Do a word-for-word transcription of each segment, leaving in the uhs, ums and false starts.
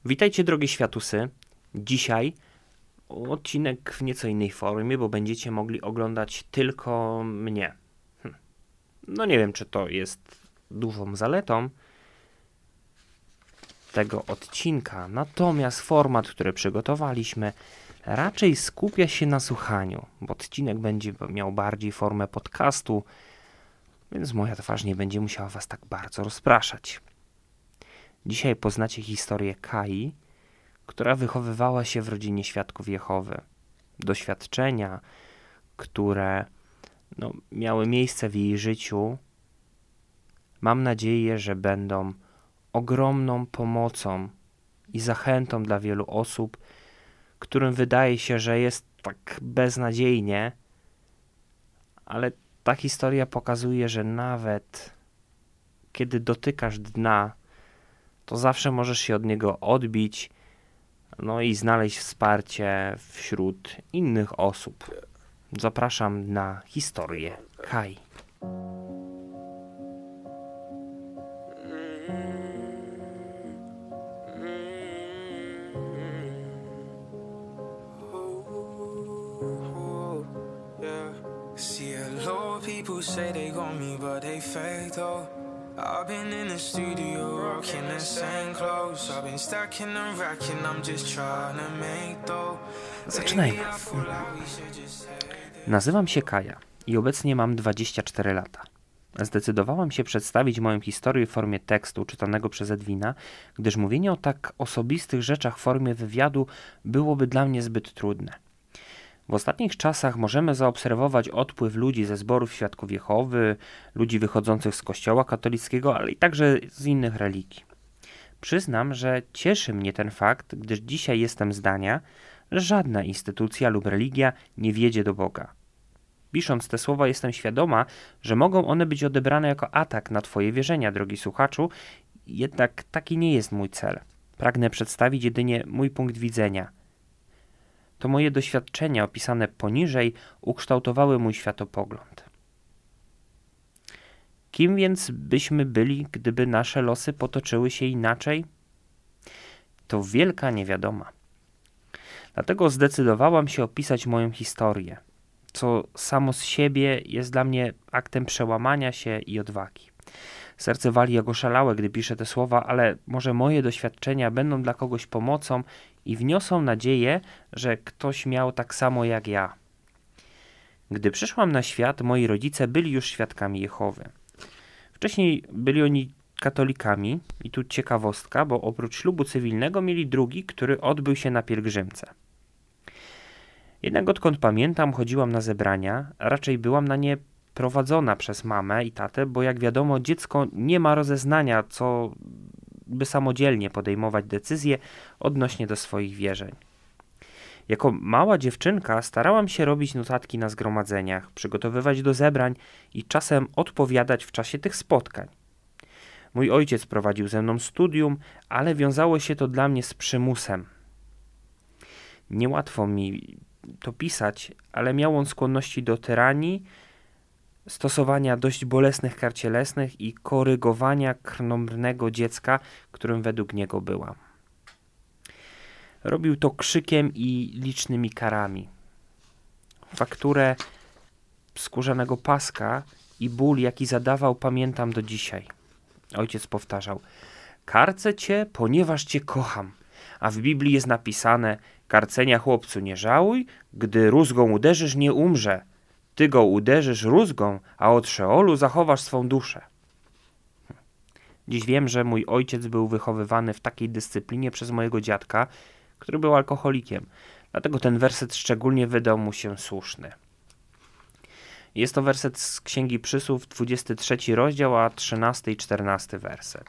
Witajcie drogie światusy. Dzisiaj odcinek w nieco innej formie, bo będziecie mogli oglądać tylko mnie. Hm. No nie wiem, czy to jest dużą zaletą tego odcinka, natomiast format, który przygotowaliśmy, raczej skupia się na słuchaniu, bo odcinek będzie miał bardziej formę podcastu, więc moja twarz nie będzie musiała was tak bardzo rozpraszać. Dzisiaj poznacie historię Kai, która wychowywała się w rodzinie świadków Jehowy. Doświadczenia, które no, miały miejsce w jej życiu, mam nadzieję, że będą ogromną pomocą i zachętą dla wielu osób, którym wydaje się, że jest tak beznadziejnie, ale ta historia pokazuje, że nawet kiedy dotykasz dna, to zawsze możesz się od niego odbić, no i znaleźć wsparcie wśród innych osób. Zapraszam na historię Kai. See a lot of people say they got me, but they fake though. I've been in the studio rocking the same clothes. I've been stacking and racking, I'm just trying to make though. Zaczynajmy. Nazywam się Kaja i obecnie mam dwadzieścia cztery lata. Zdecydowałam się przedstawić moją historię w formie tekstu czytanego przez Edwina, gdyż mówienie o tak osobistych rzeczach w formie wywiadu byłoby dla mnie zbyt trudne. W ostatnich czasach możemy zaobserwować odpływ ludzi ze zborów Świadków Jehowy, ludzi wychodzących z Kościoła katolickiego, ale i także z innych religii. Przyznam, że cieszy mnie ten fakt, gdyż dzisiaj jestem zdania, że żadna instytucja lub religia nie wiedzie do Boga. Pisząc te słowa, jestem świadoma, że mogą one być odebrane jako atak na Twoje wierzenia, drogi słuchaczu, jednak taki nie jest mój cel. Pragnę przedstawić jedynie mój punkt widzenia. To moje doświadczenia opisane poniżej ukształtowały mój światopogląd. Kim więc byśmy byli, gdyby nasze losy potoczyły się inaczej? To wielka niewiadoma. Dlatego zdecydowałam się opisać moją historię, co samo z siebie jest dla mnie aktem przełamania się i odwagi. Serce wali jak oszalałe, gdy piszę te słowa, ale może moje doświadczenia będą dla kogoś pomocą i wniosą nadzieję, że ktoś miał tak samo jak ja. Gdy przyszłam na świat, moi rodzice byli już świadkami Jehowy. Wcześniej byli oni katolikami i tu ciekawostka, bo oprócz ślubu cywilnego mieli drugi, który odbył się na pielgrzymce. Jednak odkąd pamiętam, chodziłam na zebrania, a raczej byłam na nie prowadzona przez mamę i tatę, bo jak wiadomo, dziecko nie ma rozeznania, co by samodzielnie podejmować decyzje odnośnie do swoich wierzeń. Jako mała dziewczynka starałam się robić notatki na zgromadzeniach, przygotowywać do zebrań i czasem odpowiadać w czasie tych spotkań. Mój ojciec prowadził ze mną studium, ale wiązało się to dla mnie z przymusem. Niełatwo mi to pisać, ale miał on skłonności do tyranii, stosowania dość bolesnych kar cielesnych i korygowania krnąbrnego dziecka, którym według niego byłam. Robił to krzykiem i licznymi karami. Fakturę skórzanego paska i ból, jaki zadawał, pamiętam do dzisiaj. Ojciec powtarzał: karcę cię, ponieważ cię kocham. A w Biblii jest napisane: karcenia chłopcu nie żałuj, gdy rózgą uderzysz, nie umrze. Ty go uderzysz rózgą, a od Szeolu zachowasz swą duszę. Dziś wiem, że mój ojciec był wychowywany w takiej dyscyplinie przez mojego dziadka, który był alkoholikiem. Dlatego ten werset szczególnie wydał mu się słuszny. Jest to werset z Księgi Przysłów, dwudziesty trzeci rozdział, a trzynasty i czternasty werset.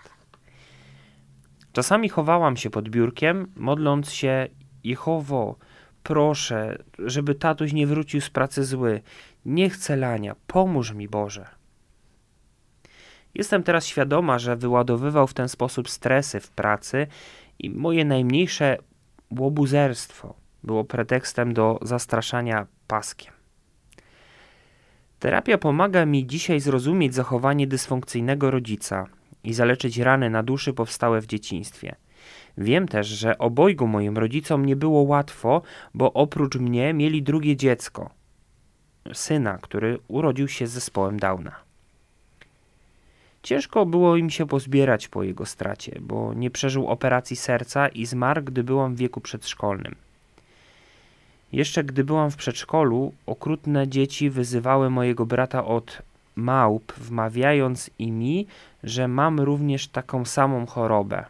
Czasami chowałam się pod biurkiem, modląc się: Jehowo, proszę, żeby tatuś nie wrócił z pracy zły. Nie chcę lania, pomóż mi, Boże. Jestem teraz świadoma, że wyładowywał w ten sposób stresy w pracy i moje najmniejsze łobuzerstwo było pretekstem do zastraszania paskiem. Terapia pomaga mi dzisiaj zrozumieć zachowanie dysfunkcyjnego rodzica i zaleczyć rany na duszy powstałe w dzieciństwie. Wiem też, że obojgu moim rodzicom nie było łatwo, bo oprócz mnie mieli drugie dziecko, syna, który urodził się z zespołem Downa. Ciężko było im się pozbierać po jego stracie, bo nie przeżył operacji serca i zmarł, gdy byłam w wieku przedszkolnym. Jeszcze gdy byłam w przedszkolu, okrutne dzieci wyzywały mojego brata od małp, wmawiając i mi, że mam również taką samą chorobę.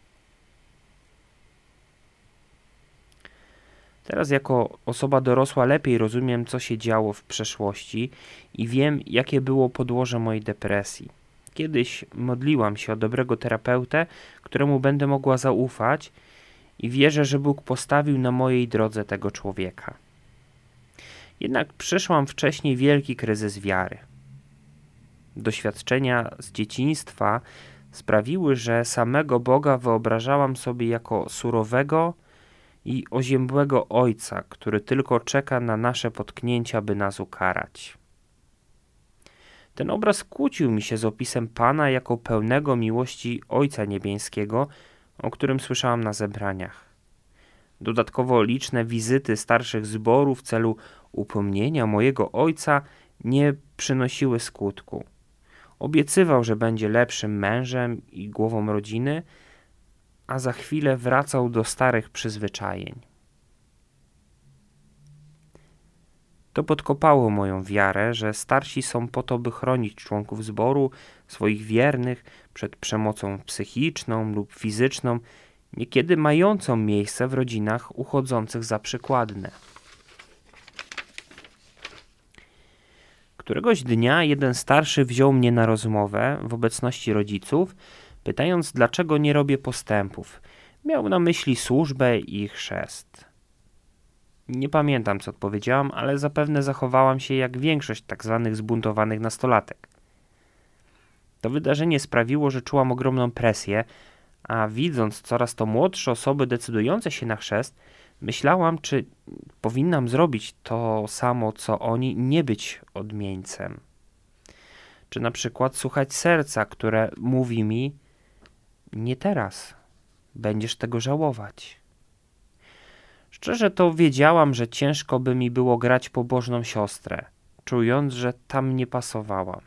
Teraz jako osoba dorosła lepiej rozumiem, co się działo w przeszłości i wiem, jakie było podłoże mojej depresji. Kiedyś modliłam się o dobrego terapeutę, któremu będę mogła zaufać i wierzę, że Bóg postawił na mojej drodze tego człowieka. Jednak przeszłam wcześniej wielki kryzys wiary. Doświadczenia z dzieciństwa sprawiły, że samego Boga wyobrażałam sobie jako surowego i oziębłego Ojca, który tylko czeka na nasze potknięcia, by nas ukarać. Ten obraz kłócił mi się z opisem Pana jako pełnego miłości Ojca Niebieskiego, o którym słyszałam na zebraniach. Dodatkowo liczne wizyty starszych zborów w celu upomnienia mojego ojca nie przynosiły skutku. Obiecywał, że będzie lepszym mężem i głową rodziny, a za chwilę wracał do starych przyzwyczajeń. To podkopało moją wiarę, że starsi są po to, by chronić członków zboru, swoich wiernych, przed przemocą psychiczną lub fizyczną, niekiedy mającą miejsce w rodzinach uchodzących za przykładne. Któregoś dnia jeden starszy wziął mnie na rozmowę w obecności rodziców, pytając, dlaczego nie robię postępów. Miał na myśli służbę i chrzest. Nie pamiętam, co odpowiedziałam, ale zapewne zachowałam się jak większość tak zwanych zbuntowanych nastolatek. To wydarzenie sprawiło, że czułam ogromną presję, a widząc coraz to młodsze osoby decydujące się na chrzest, myślałam, czy powinnam zrobić to samo, co oni, nie być odmieńcem. Czy na przykład słuchać serca, które mówi mi: nie teraz, będziesz tego żałować. Szczerze to wiedziałam, że ciężko by mi było grać pobożną siostrę, czując, że tam nie pasowałam.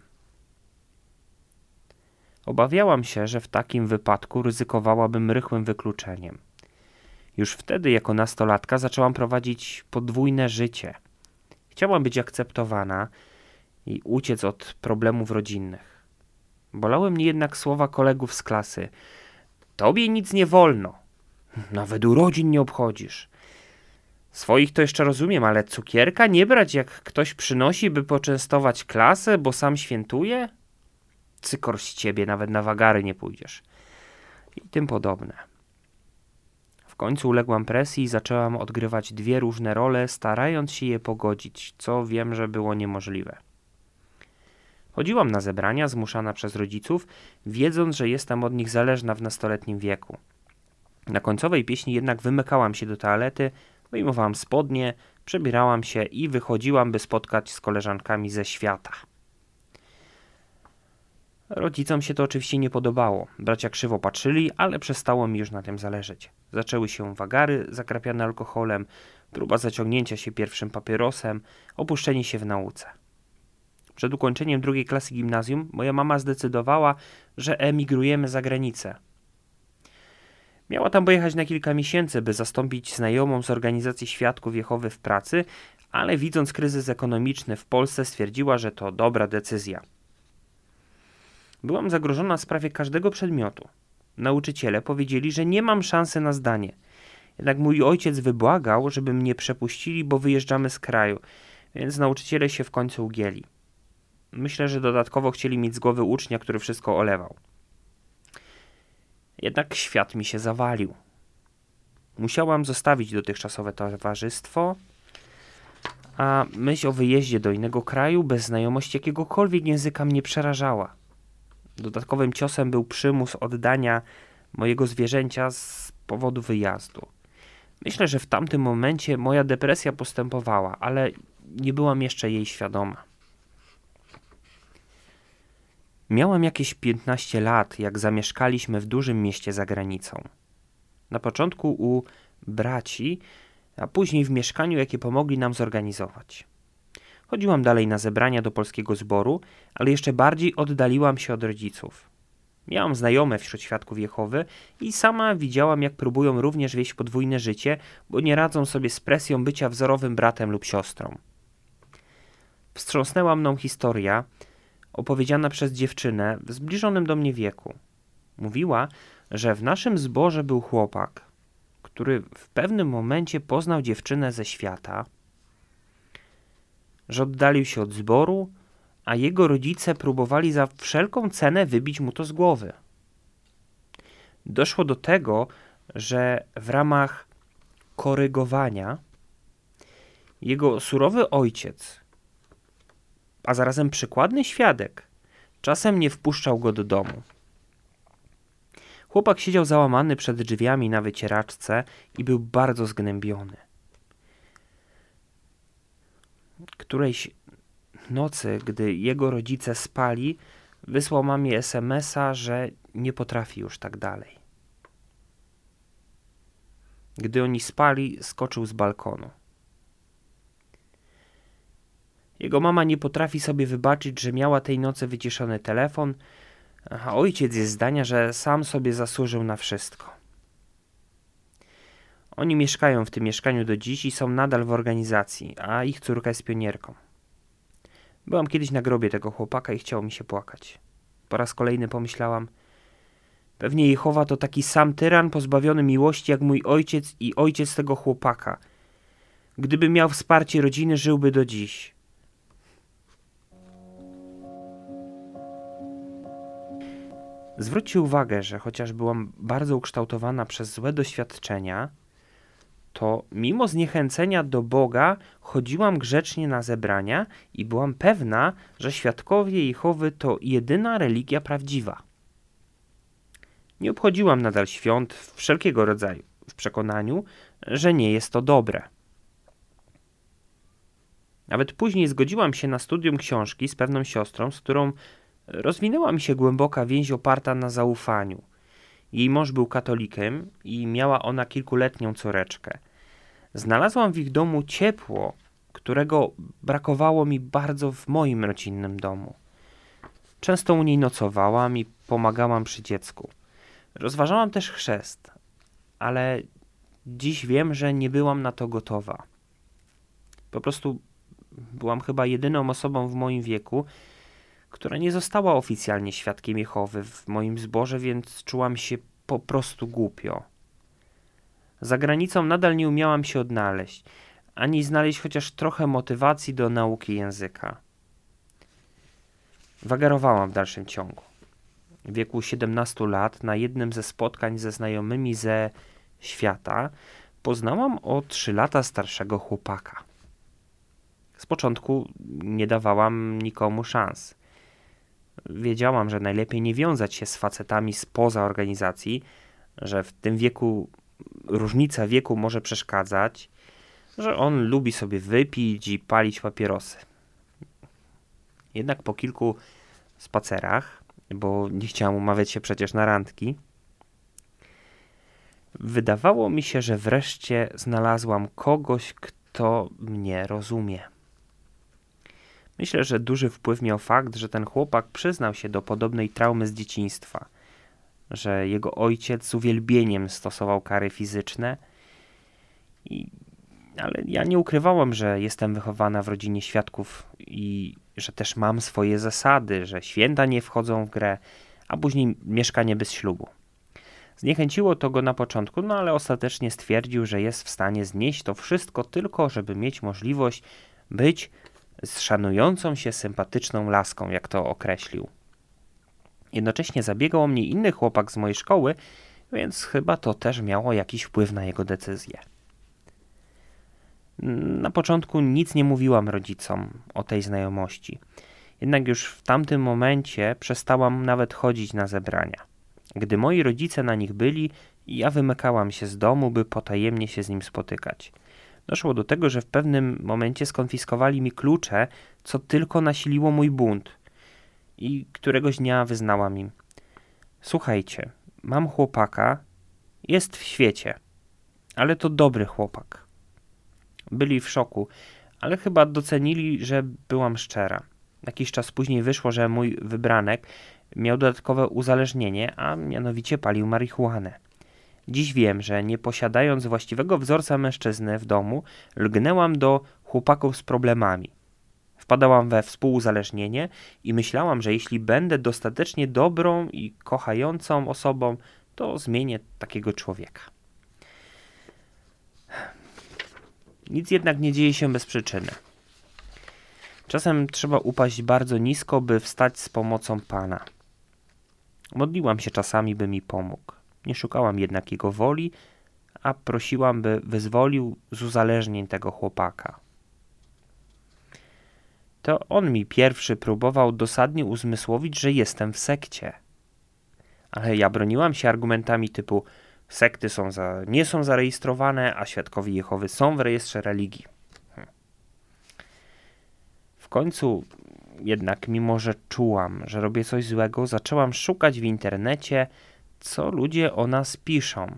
Obawiałam się, że w takim wypadku ryzykowałabym rychłym wykluczeniem. Już wtedy jako nastolatka zaczęłam prowadzić podwójne życie. Chciałam być akceptowana i uciec od problemów rodzinnych. Bolały mnie jednak słowa kolegów z klasy: tobie nic nie wolno, nawet urodzin nie obchodzisz. Swoich to jeszcze rozumiem, ale cukierka nie brać, jak ktoś przynosi, by poczęstować klasę, bo sam świętuje? Cykor z ciebie, nawet na wagary nie pójdziesz. I tym podobne. W końcu uległam presji i zaczęłam odgrywać dwie różne role, starając się je pogodzić, co wiem, że było niemożliwe. Chodziłam na zebrania zmuszana przez rodziców, wiedząc, że jestem od nich zależna w nastoletnim wieku. Na końcowej pieśni jednak wymykałam się do toalety, wyjmowałam spodnie, przebierałam się i wychodziłam, by spotkać z koleżankami ze świata. Rodzicom się to oczywiście nie podobało. Bracia krzywo patrzyli, ale przestało mi już na tym zależeć. Zaczęły się wagary zakrapiane alkoholem, próba zaciągnięcia się pierwszym papierosem, opuszczenie się w nauce. Przed ukończeniem drugiej klasy gimnazjum moja mama zdecydowała, że emigrujemy za granicę. Miała tam pojechać na kilka miesięcy, by zastąpić znajomą z organizacji Świadków Jehowy w pracy, ale widząc kryzys ekonomiczny w Polsce stwierdziła, że to dobra decyzja. Byłam zagrożona w sprawie każdego przedmiotu. Nauczyciele powiedzieli, że nie mam szansy na zdanie. Jednak mój ojciec wybłagał, żeby mnie przepuścili, bo wyjeżdżamy z kraju, więc nauczyciele się w końcu ugięli. Myślę, że dodatkowo chcieli mieć z głowy ucznia, który wszystko olewał. Jednak świat mi się zawalił. Musiałam zostawić dotychczasowe towarzystwo, a myśl o wyjeździe do innego kraju bez znajomości jakiegokolwiek języka mnie przerażała. Dodatkowym ciosem był przymus oddania mojego zwierzęcia z powodu wyjazdu. Myślę, że w tamtym momencie moja depresja postępowała, ale nie byłam jeszcze jej świadoma. Miałam jakieś piętnaście lat, jak zamieszkaliśmy w dużym mieście za granicą. Na początku u braci, a później w mieszkaniu, jakie pomogli nam zorganizować. Chodziłam dalej na zebrania do polskiego zboru, ale jeszcze bardziej oddaliłam się od rodziców. Miałam znajome wśród świadków Jehowy i sama widziałam, jak próbują również wieść podwójne życie, bo nie radzą sobie z presją bycia wzorowym bratem lub siostrą. Wstrząsnęła mną historia opowiedziana przez dziewczynę w zbliżonym do mnie wieku. Mówiła, że w naszym zborze był chłopak, który w pewnym momencie poznał dziewczynę ze świata, że oddalił się od zboru, a jego rodzice próbowali za wszelką cenę wybić mu to z głowy. Doszło do tego, że w ramach korygowania jego surowy ojciec, a zarazem przykładny świadek, czasem nie wpuszczał go do domu. Chłopak siedział załamany przed drzwiami na wycieraczce i był bardzo zgnębiony. Którejś nocy, gdy jego rodzice spali, wysłał mamie es em es a, że nie potrafi już tak dalej. Gdy oni spali, skoczył z balkonu. Jego mama nie potrafi sobie wybaczyć, że miała tej nocy wyciszony telefon, a ojciec jest zdania, że sam sobie zasłużył na wszystko. Oni mieszkają w tym mieszkaniu do dziś i są nadal w organizacji, a ich córka jest pionierką. Byłam kiedyś na grobie tego chłopaka i chciało mi się płakać. Po raz kolejny pomyślałam, pewnie Jehowa to taki sam tyran pozbawiony miłości jak mój ojciec i ojciec tego chłopaka. Gdyby miał wsparcie rodziny, żyłby do dziś. Zwróćcie uwagę, że chociaż byłam bardzo ukształtowana przez złe doświadczenia, to mimo zniechęcenia do Boga chodziłam grzecznie na zebrania i byłam pewna, że świadkowie Jehowy to jedyna religia prawdziwa. Nie obchodziłam nadal świąt wszelkiego rodzaju, w przekonaniu, że nie jest to dobre. Nawet później zgodziłam się na studium książki z pewną siostrą, z którą rozwinęła mi się głęboka więź oparta na zaufaniu. Jej mąż był katolikiem i miała ona kilkuletnią córeczkę. Znalazłam w ich domu ciepło, którego brakowało mi bardzo w moim rodzinnym domu. Często u niej nocowałam i pomagałam przy dziecku. Rozważałam też chrzest, ale dziś wiem, że nie byłam na to gotowa. Po prostu byłam chyba jedyną osobą w moim wieku, która nie została oficjalnie świadkiem Jehowy w moim zborze, więc czułam się po prostu głupio. Za granicą nadal nie umiałam się odnaleźć, ani znaleźć chociaż trochę motywacji do nauki języka. Wagarowałam w dalszym ciągu. W wieku siedemnastu lat na jednym ze spotkań ze znajomymi ze świata poznałam o trzy lata starszego chłopaka. Z początku nie dawałam nikomu szans. Wiedziałam, że najlepiej nie wiązać się z facetami spoza organizacji, że w tym wieku różnica wieku może przeszkadzać, że on lubi sobie wypić i palić papierosy. Jednak po kilku spacerach, bo nie chciałam umawiać się przecież na randki, wydawało mi się, że wreszcie znalazłam kogoś, kto mnie rozumie. Myślę, że duży wpływ miał fakt, że ten chłopak przyznał się do podobnej traumy z dzieciństwa, że jego ojciec z uwielbieniem stosował kary fizyczne, i, ale ja nie ukrywałam, że jestem wychowana w rodzinie świadków i że też mam swoje zasady, że święta nie wchodzą w grę, a później mieszkanie bez ślubu. Zniechęciło to go na początku, no ale ostatecznie stwierdził, że jest w stanie znieść to wszystko tylko, żeby mieć możliwość być z szanującą się sympatyczną laską, jak to określił. Jednocześnie zabiegał o mnie inny chłopak z mojej szkoły, więc chyba to też miało jakiś wpływ na jego decyzję. Na początku nic nie mówiłam rodzicom o tej znajomości. Jednak już w tamtym momencie przestałam nawet chodzić na zebrania. Gdy moi rodzice na nich byli, ja wymykałam się z domu, by potajemnie się z nim spotykać. Doszło do tego, że w pewnym momencie skonfiskowali mi klucze, co tylko nasiliło mój bunt. I któregoś dnia wyznałam im: słuchajcie, mam chłopaka jest w świecie, ale to dobry chłopak. Byli w szoku, ale chyba docenili, że byłam szczera. Jakiś czas później wyszło, że mój wybranek miał dodatkowe uzależnienie, a mianowicie palił marihuanę. Dziś wiem, że nie posiadając właściwego wzorca mężczyzny w domu, lgnęłam do chłopaków z problemami. Wpadałam we współuzależnienie i myślałam, że jeśli będę dostatecznie dobrą i kochającą osobą, to zmienię takiego człowieka. Nic jednak nie dzieje się bez przyczyny. Czasem trzeba upaść bardzo nisko, by wstać z pomocą Pana. Modliłam się czasami, by mi pomógł. Nie szukałam jednak Jego woli, a prosiłam, by wyzwolił z uzależnień tego chłopaka. To on mi pierwszy próbował dosadnie uzmysłowić, że jestem w sekcie. Ale ja broniłam się argumentami typu sekty są za, nie są zarejestrowane, a świadkowie Jehowy są w rejestrze religii. Hm. W końcu jednak, mimo że czułam, że robię coś złego, zaczęłam szukać w internecie, co ludzie o nas piszą.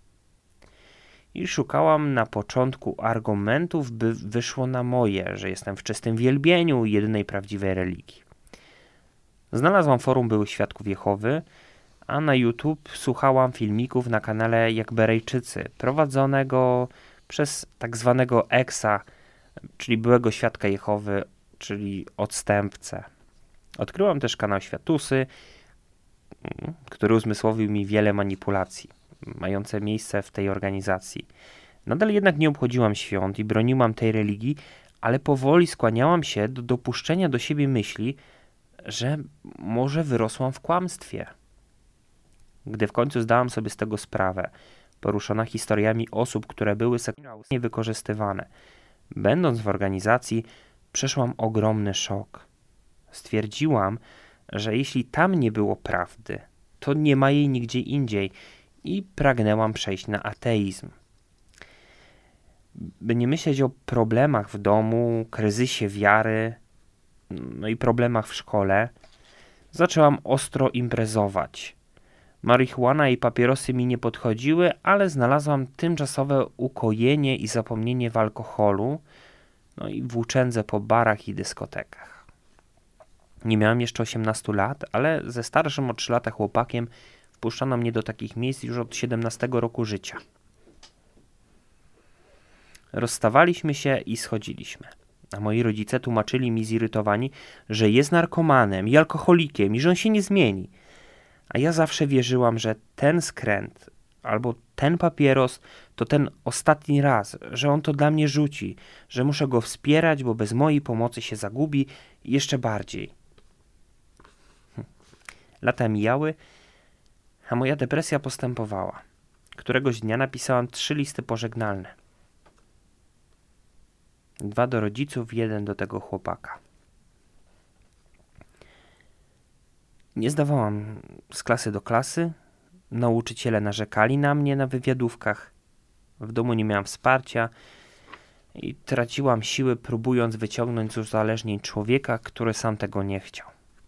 I szukałam na początku argumentów, by wyszło na moje, że jestem w czystym wielbieniu jedynej prawdziwej religii. Znalazłam forum byłych świadków Jehowy, a na YouTube słuchałam filmików na kanale Jak Berejczycy, prowadzonego przez tak zwanego eksa, czyli byłego świadka Jehowy, czyli odstępcę. Odkryłam też kanał Światusy, który uzmysłowił mi wiele manipulacji mające miejsce w tej organizacji. Nadal jednak nie obchodziłam świąt i broniłam tej religii, ale powoli skłaniałam się do dopuszczenia do siebie myśli, że może wyrosłam w kłamstwie. Gdy w końcu zdałam sobie z tego sprawę, poruszona historiami osób, które były seksualnie wykorzystywane, będąc w organizacji, przeszłam ogromny szok. Stwierdziłam, że jeśli tam nie było prawdy, to nie ma jej nigdzie indziej i pragnęłam przejść na ateizm. By nie myśleć o problemach w domu, kryzysie wiary, no i problemach w szkole, zaczęłam ostro imprezować. Marihuana i papierosy mi nie podchodziły, ale znalazłam tymczasowe ukojenie i zapomnienie w alkoholu, no i włóczędze po barach i dyskotekach. Nie miałem jeszcze osiemnastu lat, ale ze starszym o trzy lata chłopakiem wpuszczano mnie do takich miejsc już od siedemnastego roku życia. Rozstawaliśmy się i schodziliśmy, a moi rodzice tłumaczyli mi zirytowani, że jest narkomanem i alkoholikiem i że on się nie zmieni. A ja zawsze wierzyłam, że ten skręt albo ten papieros to ten ostatni raz, że on to dla mnie rzuci, że muszę go wspierać, bo bez mojej pomocy się zagubi jeszcze bardziej. Hm. Lata mijały, a moja depresja postępowała. Któregoś dnia napisałam trzy listy pożegnalne. Dwa do rodziców, jeden do tego chłopaka. Nie zdawałam z klasy do klasy. Nauczyciele narzekali na mnie na wywiadówkach. W domu nie miałam wsparcia i traciłam siły, próbując wyciągnąć z uzależnień człowieka, który sam tego nie chciał.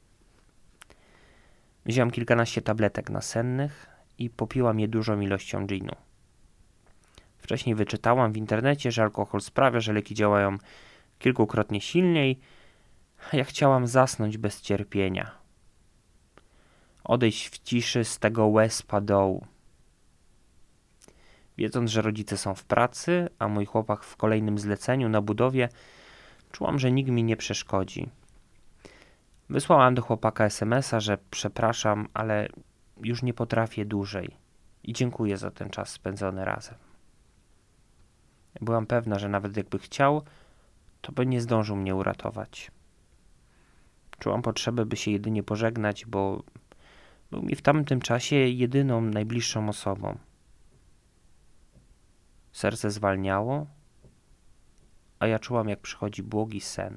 Wziąłem kilkanaście tabletek nasennych i popiłam je dużą ilością ginu. Wcześniej wyczytałam w internecie, że alkohol sprawia, że leki działają kilkukrotnie silniej, a ja chciałam zasnąć bez cierpienia. Odejść w ciszy z tego łezpa dołu. Wiedząc, że rodzice są w pracy, a mój chłopak w kolejnym zleceniu na budowie, czułam, że nikt mi nie przeszkodzi. Wysłałam do chłopaka es em es a, że przepraszam, ale już nie potrafię dłużej i dziękuję za ten czas spędzony razem. Byłam pewna, że nawet jakby chciał, to by nie zdążył mnie uratować. Czułam potrzebę, by się jedynie pożegnać, bo był mi w tamtym czasie jedyną, najbliższą osobą. Serce zwalniało, a ja czułam, jak przychodzi błogi sen.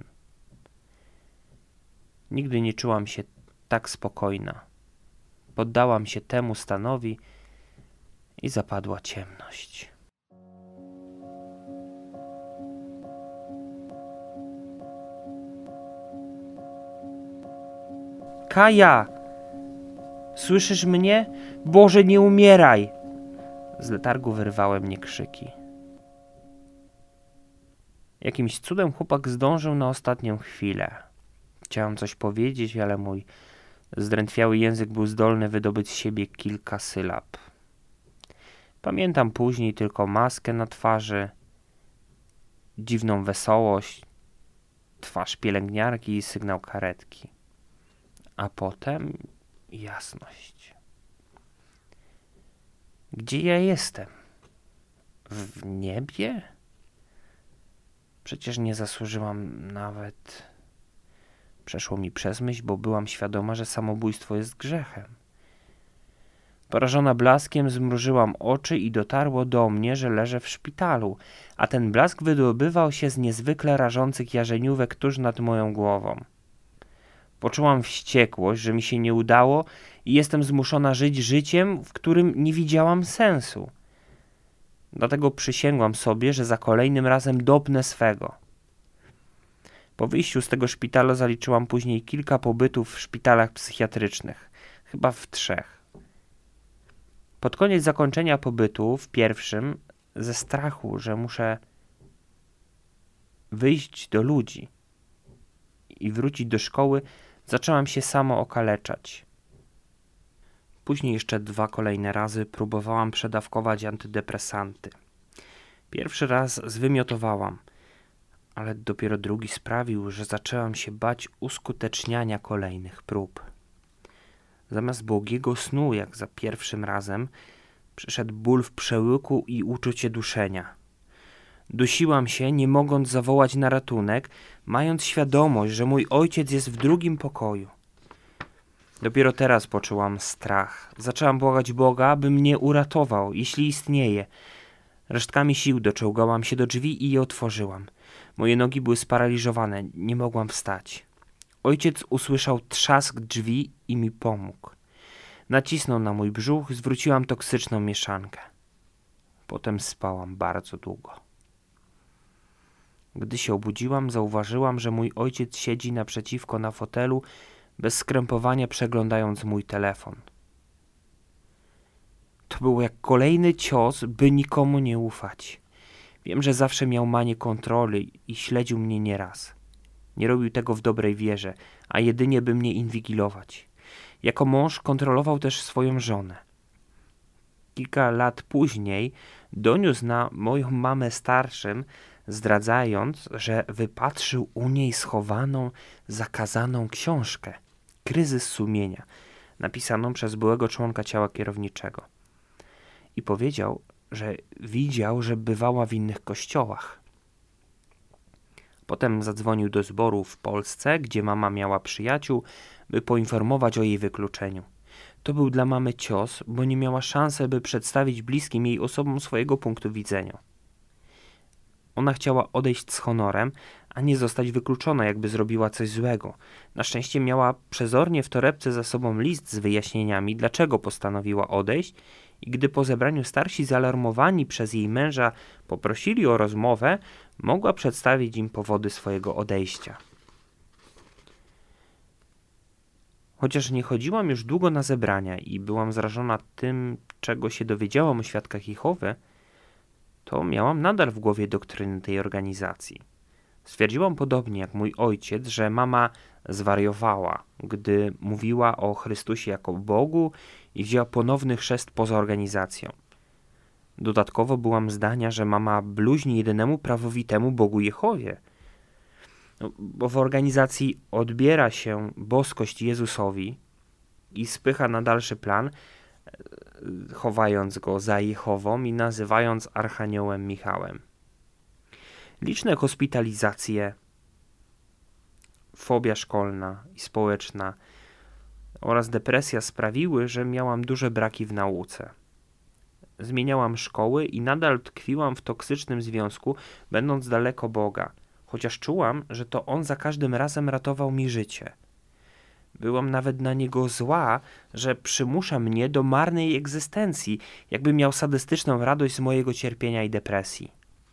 Nigdy nie czułam się tak spokojna. Poddałam się temu stanowi i zapadła ciemność. Kaja! Słyszysz mnie? Boże, nie umieraj! Z letargu wyrwały mnie krzyki. Jakimś cudem chłopak zdążył na ostatnią chwilę. Chciałem coś powiedzieć, ale mój zdrętwiały język był zdolny wydobyć z siebie kilka sylab. Pamiętam później tylko maskę na twarzy, dziwną wesołość, twarz pielęgniarki i sygnał karetki. A potem jasność. Gdzie ja jestem? W niebie? Przecież nie zasłużyłam nawet... Przeszło mi przez myśl, bo byłam świadoma, że samobójstwo jest grzechem. Porażona blaskiem zmrużyłam oczy i dotarło do mnie, że leżę w szpitalu, a ten blask wydobywał się z niezwykle rażących jarzeniówek tuż nad moją głową. Poczułam wściekłość, że mi się nie udało i jestem zmuszona żyć życiem, w którym nie widziałam sensu. Dlatego przysięgłam sobie, że za kolejnym razem dopnę swego. Po wyjściu z tego szpitala zaliczyłam później kilka pobytów w szpitalach psychiatrycznych, chyba w trzech. Pod koniec zakończenia pobytu w pierwszym, ze strachu, że muszę wyjść do ludzi i wrócić do szkoły, zaczęłam się samo okaleczać. Później jeszcze dwa kolejne razy próbowałam przedawkować antydepresanty. Pierwszy raz zwymiotowałam, ale dopiero drugi sprawił, że zaczęłam się bać uskuteczniania kolejnych prób. Zamiast błogiego snu, jak za pierwszym razem, przyszedł ból w przełyku i uczucie duszenia. Dusiłam się, nie mogąc zawołać na ratunek, mając świadomość, że mój ojciec jest w drugim pokoju. Dopiero teraz poczułam strach. Zaczęłam błagać Boga, aby mnie uratował, jeśli istnieje. Resztkami sił doczołgałam się do drzwi i je otworzyłam. Moje nogi były sparaliżowane, nie mogłam wstać. Ojciec usłyszał trzask drzwi i mi pomógł. Nacisnął na mój brzuch, zwróciłam toksyczną mieszankę. Potem spałam bardzo długo. Gdy się obudziłam, zauważyłam, że mój ojciec siedzi naprzeciwko na fotelu, bez skrępowania przeglądając mój telefon. To był jak kolejny cios, by nikomu nie ufać. Wiem, że zawsze miał manię kontroli i śledził mnie nieraz. Nie robił tego w dobrej wierze, a jedynie by mnie inwigilować. Jako mąż kontrolował też swoją żonę. Kilka lat później doniósł na moją mamę starszym, zdradzając, że wypatrzył u niej schowaną, zakazaną książkę Kryzys sumienia, napisaną przez byłego członka ciała kierowniczego. I powiedział, że widział, że bywała w innych kościołach. Potem zadzwonił do zboru w Polsce, gdzie mama miała przyjaciół, by poinformować o jej wykluczeniu. To był dla mamy cios, bo nie miała szansy, by przedstawić bliskim jej osobom swojego punktu widzenia. Ona chciała odejść z honorem, a nie zostać wykluczona, jakby zrobiła coś złego. Na szczęście miała przezornie w torebce za sobą list z wyjaśnieniami, dlaczego postanowiła odejść, i gdy po zebraniu starsi zaalarmowani przez jej męża poprosili o rozmowę, mogła przedstawić im powody swojego odejścia. Chociaż nie chodziłam już długo na zebrania i byłam zrażona tym, czego się dowiedziałam o świadkach Jehowy, to miałam nadal w głowie doktryny tej organizacji. Stwierdziłam podobnie jak mój ojciec, że mama zwariowała, gdy mówiła o Chrystusie jako Bogu i wzięła ponowny chrzest poza organizacją. Dodatkowo byłam zdania, że mama bluźni jedynemu prawowitemu Bogu Jehowie. No, bo w organizacji odbiera się boskość Jezusowi i spycha na dalszy plan, chowając go za Jehową i nazywając Archaniołem Michałem. Liczne hospitalizacje, fobia szkolna i społeczna oraz depresja sprawiły, że miałam duże braki w nauce. Zmieniałam szkoły i nadal tkwiłam w toksycznym związku, będąc daleko Boga, chociaż czułam, że to On za każdym razem ratował mi życie. Byłam nawet na Niego zła, że przymusza mnie do marnej egzystencji, jakby miał sadystyczną radość z mojego cierpienia i depresji.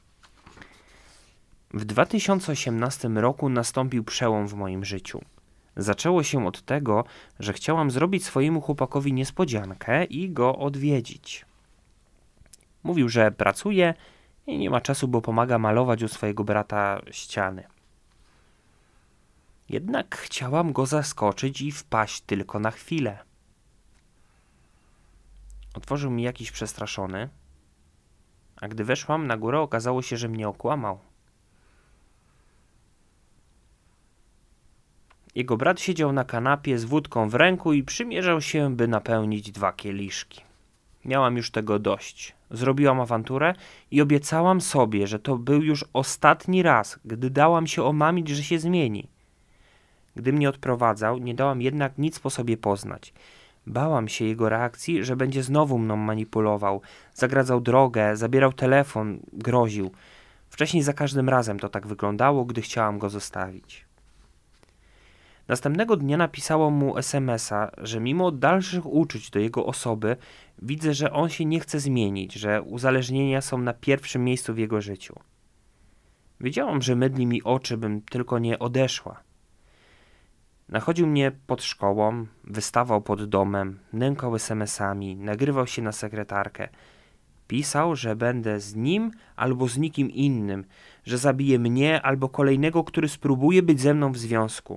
W dwa tysiące osiemnastym roku nastąpił przełom w moim życiu. Zaczęło się od tego, że chciałam zrobić swojemu chłopakowi niespodziankę i go odwiedzić. Mówił, że pracuje i nie ma czasu, bo pomaga malować u swojego brata ściany. Jednak chciałam go zaskoczyć i wpaść tylko na chwilę. Otworzył mi jakiś przestraszony, a gdy weszłam na górę, okazało się, że mnie okłamał. Jego brat siedział na kanapie z wódką w ręku i przymierzał się, by napełnić dwa kieliszki. Miałam już tego dość. Zrobiłam awanturę i obiecałam sobie, że to był już ostatni raz, gdy dałam się omamić, że się zmieni. Gdy mnie odprowadzał, nie dałam jednak nic po sobie poznać. Bałam się jego reakcji, że będzie znowu mną manipulował, zagradzał drogę, zabierał telefon, groził. Wcześniej za każdym razem to tak wyglądało, gdy chciałam go zostawić. Następnego dnia napisałam mu es em es a, że mimo dalszych uczuć do jego osoby widzę, że on się nie chce zmienić, że uzależnienia są na pierwszym miejscu w jego życiu. Wiedziałam, że mydli mi oczy, bym tylko nie odeszła. Nachodził mnie pod szkołą, wystawał pod domem, nękał es em es ami, nagrywał się na sekretarkę. Pisał, że będę z nim albo z nikim innym, że zabije mnie albo kolejnego, który spróbuje być ze mną w związku.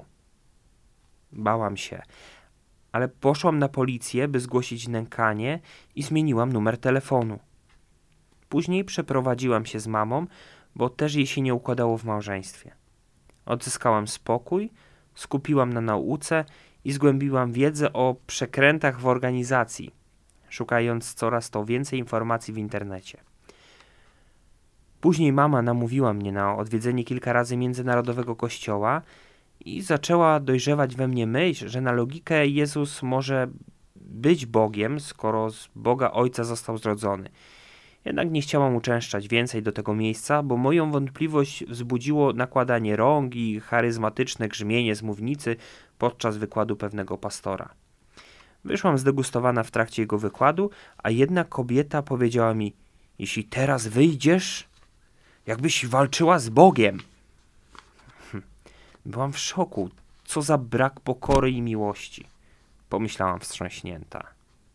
Bałam się, ale poszłam na policję, by zgłosić nękanie i zmieniłam numer telefonu. Później przeprowadziłam się z mamą, bo też jej się nie układało w małżeństwie. Odzyskałam spokój, skupiłam na nauce i zgłębiłam wiedzę o przekrętach w organizacji, szukając coraz to więcej informacji w internecie. Później mama namówiła mnie na odwiedzenie kilka razy Międzynarodowego Kościoła i zaczęła dojrzewać we mnie myśl, że na logikę Jezus może być Bogiem, skoro z Boga Ojca został zrodzony. Jednak nie chciałam uczęszczać więcej do tego miejsca, bo moją wątpliwość wzbudziło nakładanie rąk i charyzmatyczne grzmienie z mównicy podczas wykładu pewnego pastora. Wyszłam zdegustowana w trakcie jego wykładu, a jedna kobieta powiedziała mi: jeśli teraz wyjdziesz, jakbyś walczyła z Bogiem. Byłam w szoku. Co za brak pokory i miłości. Pomyślałam wstrząśnięta.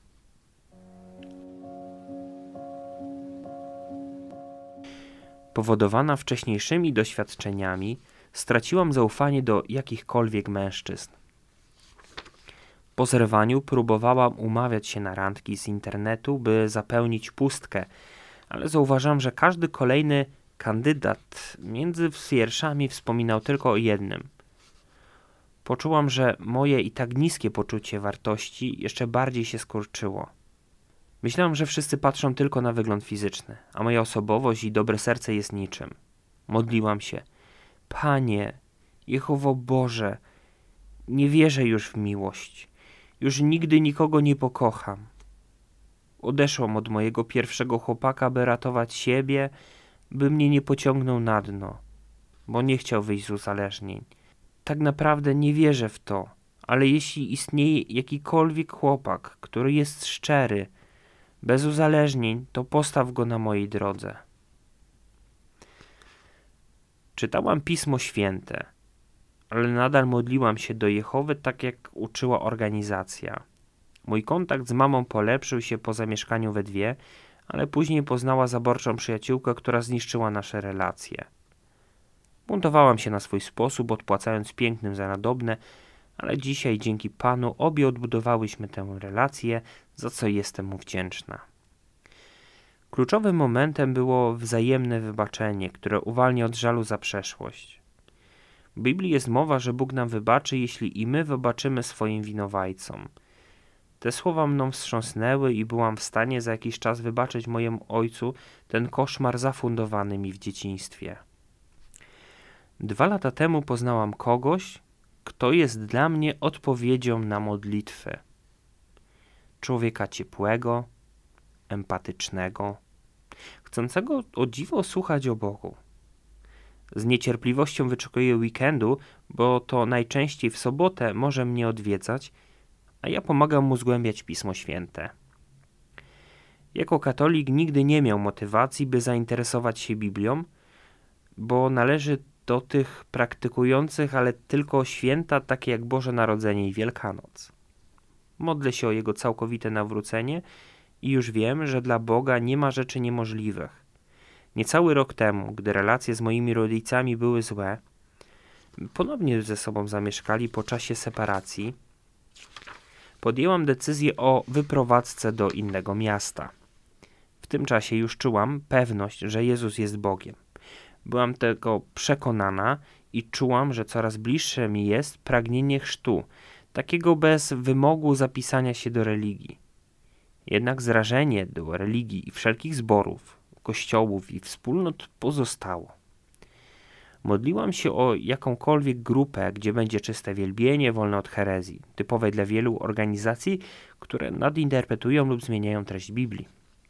Powodowana wcześniejszymi doświadczeniami, straciłam zaufanie do jakichkolwiek mężczyzn. Po zerwaniu próbowałam umawiać się na randki z internetu, by zapełnić pustkę, ale zauważam, że każdy kolejny kandydat między wierszami wspominał tylko o jednym. Poczułam, że moje i tak niskie poczucie wartości jeszcze bardziej się skurczyło. Myślałam, że wszyscy patrzą tylko na wygląd fizyczny, a moja osobowość i dobre serce jest niczym. Modliłam się: Panie, Jehowo Boże, nie wierzę już w miłość. Już nigdy nikogo nie pokocham. Odeszłam od mojego pierwszego chłopaka, by ratować siebie, by mnie nie pociągnął na dno, bo nie chciał wyjść z uzależnień. Tak naprawdę nie wierzę w to, ale jeśli istnieje jakikolwiek chłopak, który jest szczery, bez uzależnień, to postaw go na mojej drodze. Czytałam Pismo Święte, ale nadal modliłam się do Jehowy tak, jak uczyła organizacja. Mój kontakt z mamą polepszył się po zamieszkaniu we dwie, ale później poznała zaborczą przyjaciółkę, która zniszczyła nasze relacje. Buntowałam się na swój sposób, odpłacając pięknym za nadobne, ale dzisiaj dzięki Panu obie odbudowałyśmy tę relację, za co jestem mu wdzięczna. Kluczowym momentem było wzajemne wybaczenie, które uwalnia od żalu za przeszłość. W Biblii jest mowa, że Bóg nam wybaczy, jeśli i my wybaczymy swoim winowajcom. Te słowa mną wstrząsnęły i byłam w stanie za jakiś czas wybaczyć mojemu ojcu ten koszmar zafundowany mi w dzieciństwie. Dwa lata temu poznałam kogoś, kto jest dla mnie odpowiedzią na modlitwę. Człowieka ciepłego, empatycznego, chcącego o dziwo słuchać o Bogu. Z niecierpliwością wyczekuję weekendu, bo to najczęściej w sobotę może mnie odwiedzać, a ja pomagam mu zgłębiać Pismo Święte. Jako katolik nigdy nie miał motywacji, by zainteresować się Biblią, bo należy do tych praktykujących, ale tylko święta takie jak Boże Narodzenie i Wielkanoc. Modlę się o jego całkowite nawrócenie i już wiem, że dla Boga nie ma rzeczy niemożliwych. Niecały rok temu, gdy relacje z moimi rodzicami były złe, ponownie ze sobą zamieszkali po czasie separacji, podjęłam decyzję o wyprowadzce do innego miasta. W tym czasie już czułam pewność, że Jezus jest Bogiem. Byłam tego przekonana i czułam, że coraz bliższe mi jest pragnienie chrztu, takiego bez wymogu zapisania się do religii. Jednak zrażenie do religii i wszelkich zborów, kościołów i wspólnot pozostało. Modliłam się o jakąkolwiek grupę, gdzie będzie czyste wielbienie, wolne od herezji, typowe dla wielu organizacji, które nadinterpretują lub zmieniają treść Biblii.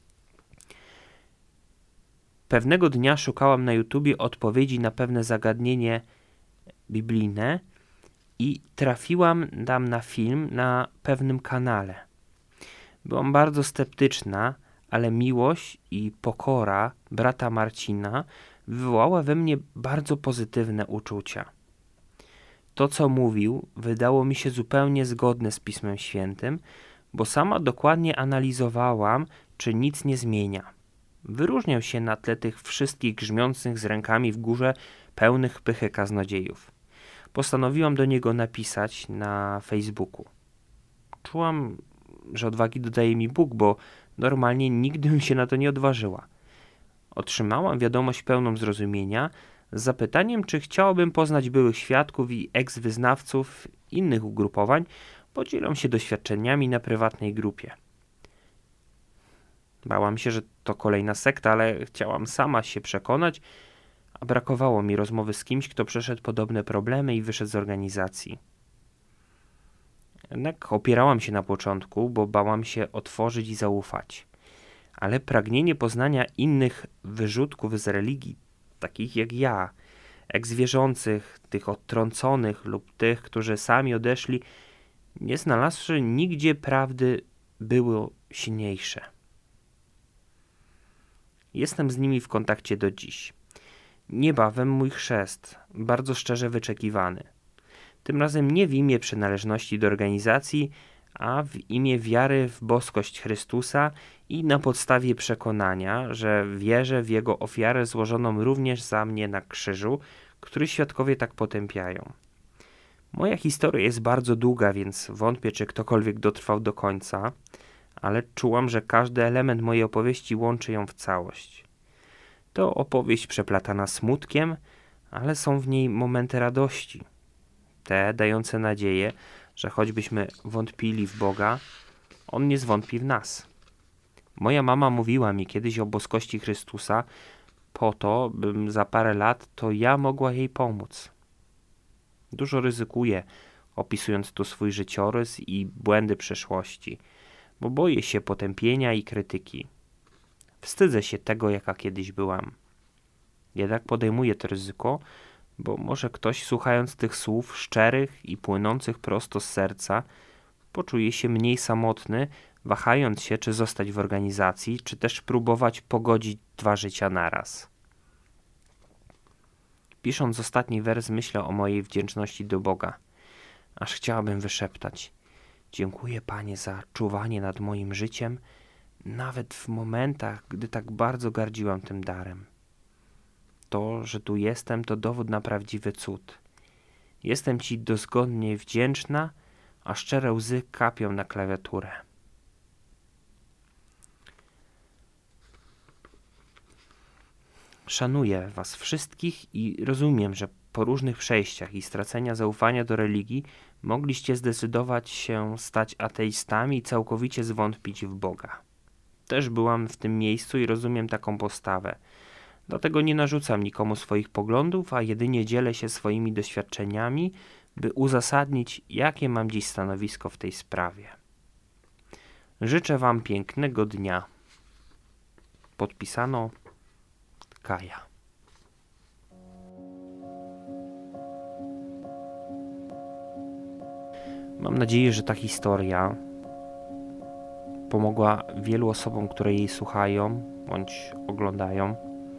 Pewnego dnia szukałam na YouTubie odpowiedzi na pewne zagadnienie biblijne i trafiłam tam na film na pewnym kanale. Byłam bardzo sceptyczna, ale miłość i pokora brata Marcina wywołała we mnie bardzo pozytywne uczucia. To, co mówił, wydało mi się zupełnie zgodne z Pismem Świętym, bo sama dokładnie analizowałam, czy nic nie zmienia. Wyróżniał się na tle tych wszystkich grzmiących z rękami w górze, pełnych pychy kaznodziejów. Postanowiłam do niego napisać na Facebooku. Czułam, że odwagi dodaje mi Bóg, bo normalnie nigdy bym się na to nie odważyła. Otrzymałam wiadomość pełną zrozumienia z zapytaniem, czy chciałabym poznać byłych świadków i eks-wyznawców innych ugrupowań, podzielą się doświadczeniami na prywatnej grupie. Bałam się, że to kolejna sekta, ale chciałam sama się przekonać, a brakowało mi rozmowy z kimś, kto przeszedł podobne problemy i wyszedł z organizacji. Jednak opierałam się na początku, bo bałam się otworzyć i zaufać. Ale pragnienie poznania innych wyrzutków z religii, takich jak ja, eks-wierzących, tych odtrąconych lub tych, którzy sami odeszli, nie znalazłszy nigdzie prawdy, było silniejsze. Jestem z nimi w kontakcie do dziś. Niebawem mój chrzest, bardzo szczerze wyczekiwany. Tym razem nie w imię przynależności do organizacji, a w imię wiary w boskość Chrystusa i na podstawie przekonania, że wierzę w Jego ofiarę złożoną również za mnie na krzyżu, który świadkowie tak potępiają. Moja historia jest bardzo długa, więc wątpię, czy ktokolwiek dotrwał do końca, ale czułam, że każdy element mojej opowieści łączy ją w całość. To opowieść przeplatana smutkiem, ale są w niej momenty radości, te dające nadzieję, że choćbyśmy wątpili w Boga, On nie zwątpi w nas. Moja mama mówiła mi kiedyś o boskości Chrystusa po to, bym za parę lat to ja mogła jej pomóc. Dużo ryzykuję, opisując tu swój życiorys i błędy przeszłości, bo boję się potępienia i krytyki. Wstydzę się tego, jaka kiedyś byłam. Jednak podejmuję to ryzyko, bo może ktoś, słuchając tych słów szczerych i płynących prosto z serca, poczuje się mniej samotny, wahając się, czy zostać w organizacji, czy też próbować pogodzić dwa życia naraz. Pisząc ostatni wers, myślę o mojej wdzięczności do Boga, aż chciałabym wyszeptać: dziękuję, Panie, za czuwanie nad moim życiem, nawet w momentach, gdy tak bardzo gardziłam tym darem. To, że tu jestem, to dowód na prawdziwy cud. Jestem Ci dozgodnie wdzięczna, a szczere łzy kapią na klawiaturę. Szanuję Was wszystkich i rozumiem, że po różnych przejściach i stracenia zaufania do religii mogliście zdecydować się stać ateistami i całkowicie zwątpić w Boga. Też byłam w tym miejscu i rozumiem taką postawę. Dlatego nie narzucam nikomu swoich poglądów, a jedynie dzielę się swoimi doświadczeniami, by uzasadnić, jakie mam dziś stanowisko w tej sprawie. Życzę Wam pięknego dnia. Podpisano Kaja. Mam nadzieję, że ta historia pomogła wielu osobom, które jej słuchają bądź oglądają,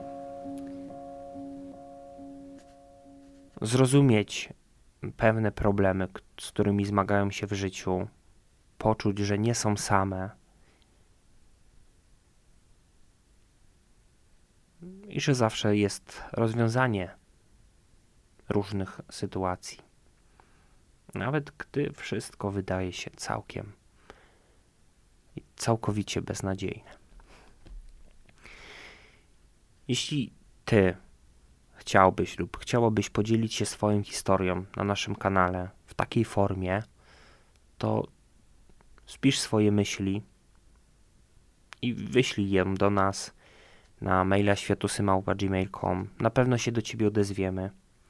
zrozumieć pewne problemy, z którymi zmagają się w życiu, poczuć, że nie są same i że zawsze jest rozwiązanie różnych sytuacji. Nawet gdy wszystko wydaje się całkiem i całkowicie beznadziejne. Jeśli ty chciałbyś lub chciałabyś podzielić się swoją historią na naszym kanale w takiej formie, to spisz swoje myśli i wyślij je do nas na maila światusy małpa gmail kropka com. Na pewno się do ciebie odezwiemy.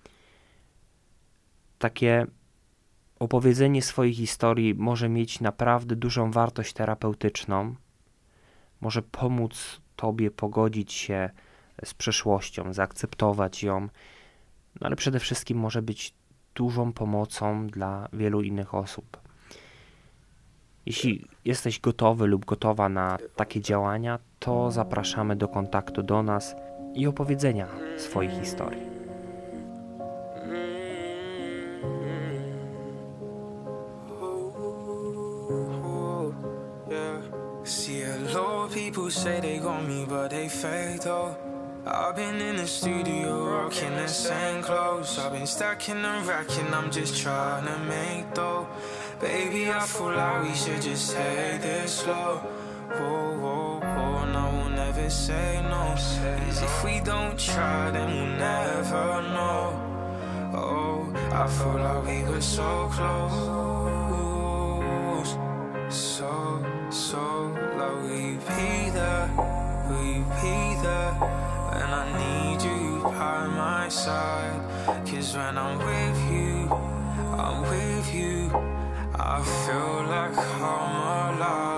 Takie opowiedzenie swojej historii może mieć naprawdę dużą wartość terapeutyczną. Może pomóc tobie pogodzić się z przeszłością, zaakceptować ją, no ale przede wszystkim może być dużą pomocą dla wielu innych osób. Jeśli jesteś gotowy lub gotowa na takie działania, to zapraszamy do kontaktu do nas i opowiedzenia swojej historii. See a lot of people say they got me, but they fake though. I've been in the studio rocking the same clothes. I've been stacking and racking, I'm just trying to make dough. Baby, I feel like we should just take this slow. Whoa, whoa, whoa, no, we'll never say no. Cause if we don't try, then we'll never know. Oh, I feel like we were so close. So, so, like we be there, we be there. When I need you by my side. Cause when I'm with you, I'm with you. I feel like I'm alive.